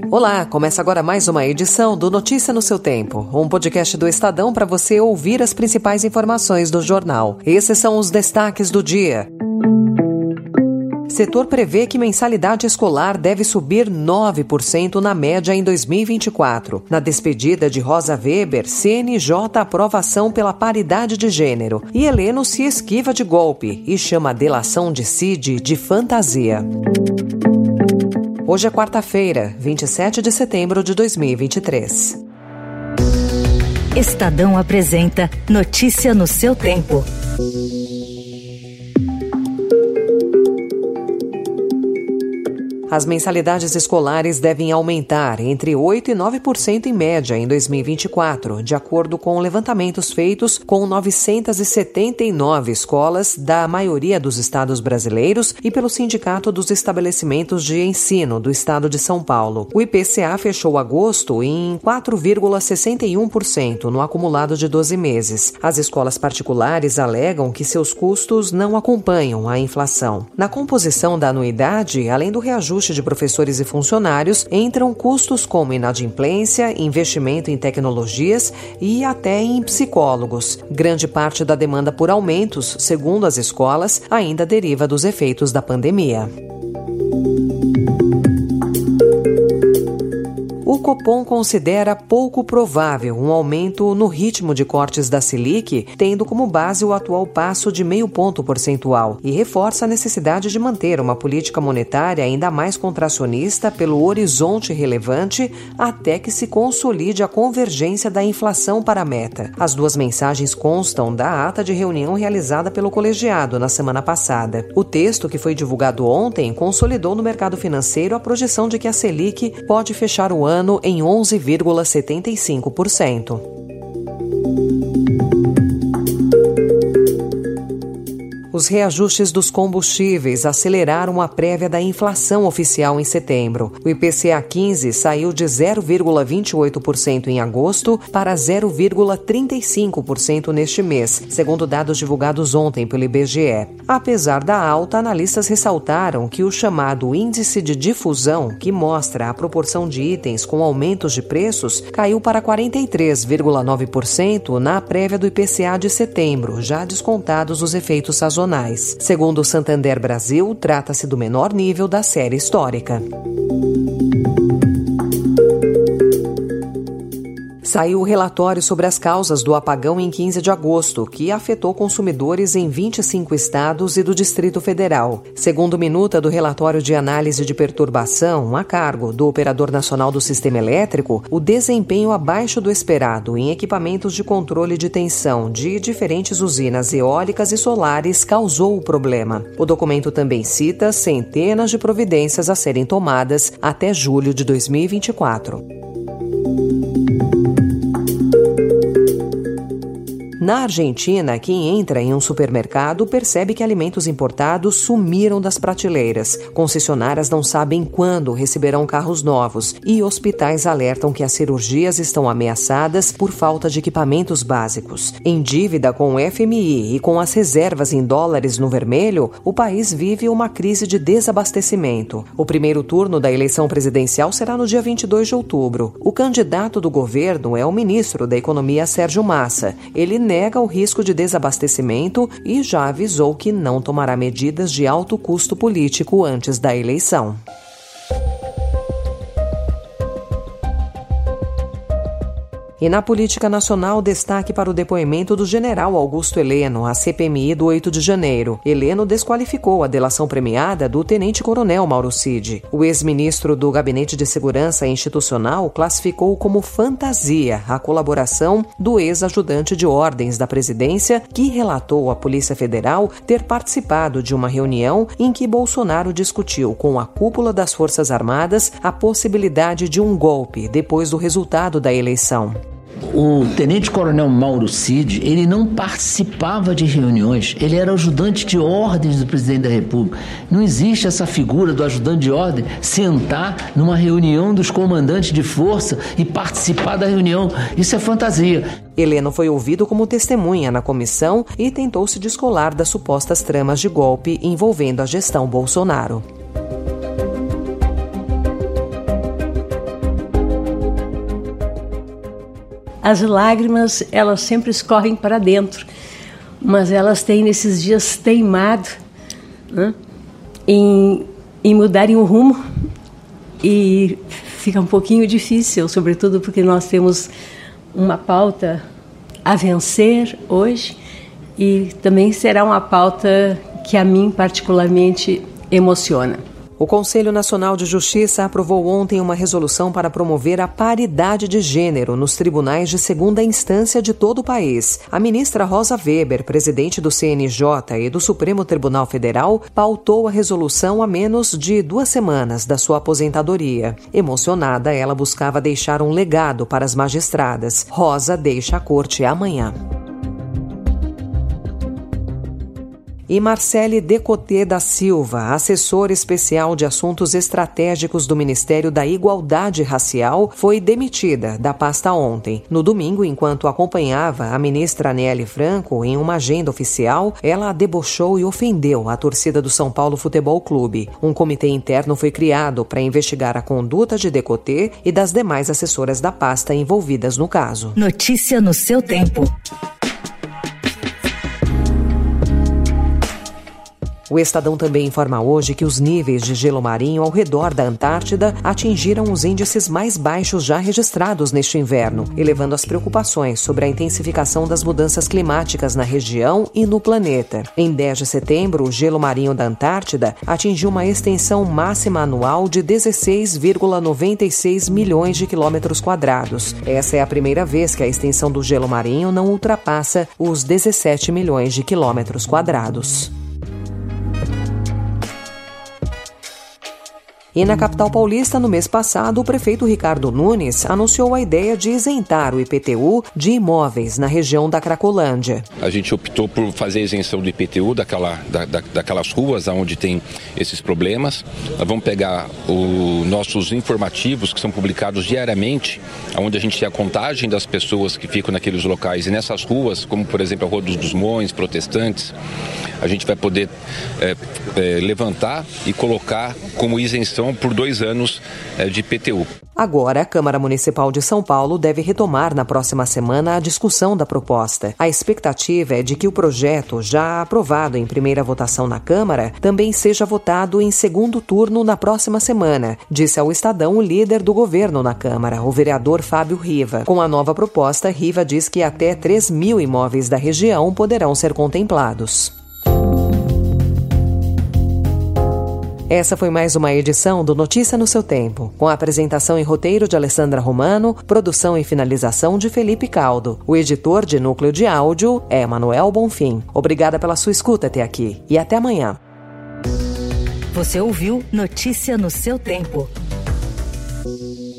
Olá, começa agora mais uma edição do Notícia no seu Tempo, um podcast do Estadão para você ouvir as principais informações do jornal. Esses são os destaques do dia. Setor prevê que mensalidade escolar deve subir 9% na média em 2024. Na despedida de Rosa Weber, CNJ aprova ação pela paridade de gênero. E Heleno se esquiva de golpe e chama a delação de Cid de fantasia. Hoje é quarta-feira, 27 de setembro de 2023. Estadão apresenta Notícia no seu tempo. As mensalidades escolares devem aumentar entre 8% e 9% em média em 2024, de acordo com levantamentos feitos com 979 escolas da maioria dos estados brasileiros e pelo Sindicato dos Estabelecimentos de Ensino do Estado de São Paulo. O IPCA fechou agosto em 4,61% no acumulado de 12 meses. As escolas particulares alegam que seus custos não acompanham a inflação. Na composição da anuidade, além do reajuste de professores e funcionários, entram custos como inadimplência, investimento em tecnologias e até em psicólogos. Grande parte da demanda por aumentos, segundo as escolas, ainda deriva dos efeitos da pandemia. O Copom considera pouco provável um aumento no ritmo de cortes da Selic, tendo como base o atual passo de 0,5 ponto percentual, e reforça a necessidade de manter uma política monetária ainda mais contracionista pelo horizonte relevante até que se consolide a convergência da inflação para a meta. As duas mensagens constam da ata de reunião realizada pelo colegiado na semana passada. O texto, que foi divulgado ontem, consolidou no mercado financeiro a projeção de que a Selic pode fechar o ano em 11,75%. Os reajustes dos combustíveis aceleraram a prévia da inflação oficial em setembro. O IPCA 15 saiu de 0,28% em agosto para 0,35% neste mês, segundo dados divulgados ontem pelo IBGE. Apesar da alta, analistas ressaltaram que o chamado índice de difusão, que mostra a proporção de itens com aumentos de preços, caiu para 43,9% na prévia do IPCA de setembro, já descontados os efeitos sazonais. Segundo o Santander Brasil, trata-se do menor nível da série histórica. Saiu o relatório sobre as causas do apagão em 15 de agosto, que afetou consumidores em 25 estados e do Distrito Federal. Segundo minuta do relatório de análise de perturbação, a cargo do Operador Nacional do Sistema Elétrico, o desempenho abaixo do esperado em equipamentos de controle de tensão de diferentes usinas eólicas e solares causou o problema. O documento também cita centenas de providências a serem tomadas até julho de 2024. Na Argentina, quem entra em um supermercado percebe que alimentos importados sumiram das prateleiras. Concessionárias não sabem quando receberão carros novos e hospitais alertam que as cirurgias estão ameaçadas por falta de equipamentos básicos. Em dívida com o FMI e com as reservas em dólares no vermelho, o país vive uma crise de desabastecimento. O primeiro turno da eleição presidencial será no dia 22 de outubro. O candidato do governo é o ministro da Economia, Sérgio Massa. Ele nega o risco de desabastecimento e já avisou que não tomará medidas de alto custo político antes da eleição. E na política nacional, destaque para o depoimento do general Augusto Heleno, à CPMI do 8 de janeiro. Heleno desqualificou a delação premiada do tenente-coronel Mauro Cid. O ex-ministro do Gabinete de Segurança Institucional classificou como fantasia a colaboração do ex-ajudante de ordens da presidência, que relatou à Polícia Federal ter participado de uma reunião em que Bolsonaro discutiu com a cúpula das Forças Armadas a possibilidade de um golpe depois do resultado da eleição. O tenente-coronel Mauro Cid, ele não participava de reuniões, ele era ajudante de ordens do presidente da República. Não existe essa figura do ajudante de ordem sentar numa reunião dos comandantes de força e participar da reunião. Isso é fantasia. Heleno foi ouvido como testemunha na comissão e tentou se descolar das supostas tramas de golpe envolvendo a gestão Bolsonaro. as lágrimas, elas sempre escorrem para dentro, mas elas têm nesses dias teimado, né, em mudarem o rumo, e fica um pouquinho difícil, sobretudo porque nós temos uma pauta a vencer hoje, e também será uma pauta que a mim particularmente emociona. O Conselho Nacional de Justiça aprovou ontem uma resolução para promover a paridade de gênero nos tribunais de segunda instância de todo o país. A ministra Rosa Weber, presidente do CNJ e do Supremo Tribunal Federal, pautou a resolução a menos de 2 semanas da sua aposentadoria. Emocionada, ela buscava deixar um legado para as magistradas. Rosa deixa a corte amanhã. E Marcele Decoté da Silva, assessora especial de assuntos estratégicos do Ministério da Igualdade Racial, foi demitida da pasta ontem. No domingo, enquanto acompanhava a ministra Aniele Franco em uma agenda oficial, ela a debochou e ofendeu a torcida do São Paulo Futebol Clube. Um comitê interno foi criado para investigar a conduta de Decoté e das demais assessoras da pasta envolvidas no caso. Notícia no seu tempo. O Estadão também informa hoje que os níveis de gelo marinho ao redor da Antártida atingiram os índices mais baixos já registrados neste inverno, elevando as preocupações sobre a intensificação das mudanças climáticas na região e no planeta. Em 10 de setembro, o gelo marinho da Antártida atingiu uma extensão máxima anual de 16,96 milhões de quilômetros quadrados. Essa é a primeira vez que a extensão do gelo marinho não ultrapassa os 17 milhões de quilômetros quadrados. E na capital paulista, no mês passado, o prefeito Ricardo Nunes anunciou a ideia de isentar o IPTU de imóveis na região da Cracolândia. A gente optou por fazer a isenção do IPTU daquelas ruas onde tem esses problemas. Nós vamos pegar os nossos informativos que são publicados diariamente, onde a gente tem a contagem das pessoas que ficam naqueles locais. E nessas ruas, como por exemplo a Rua dos Gusmões, Protestantes, a gente vai poder levantar e colocar como isenção por 2 anos de IPTU. Agora, a Câmara Municipal de São Paulo deve retomar na próxima semana a discussão da proposta. A expectativa é de que o projeto, já aprovado em primeira votação na Câmara, também seja votado em segundo turno na próxima semana, disse ao Estadão o líder do governo na Câmara, o vereador Fábio Riva. Com a nova proposta, Riva diz que até 3.000 imóveis da região poderão ser contemplados. Essa foi mais uma edição do Notícia no seu Tempo, com a apresentação e roteiro de Alessandra Romano, produção e finalização de Felipe Caldo. O editor de núcleo de áudio é Manuel Bonfim. Obrigada pela sua escuta até aqui e até amanhã. Você ouviu Notícia no seu Tempo.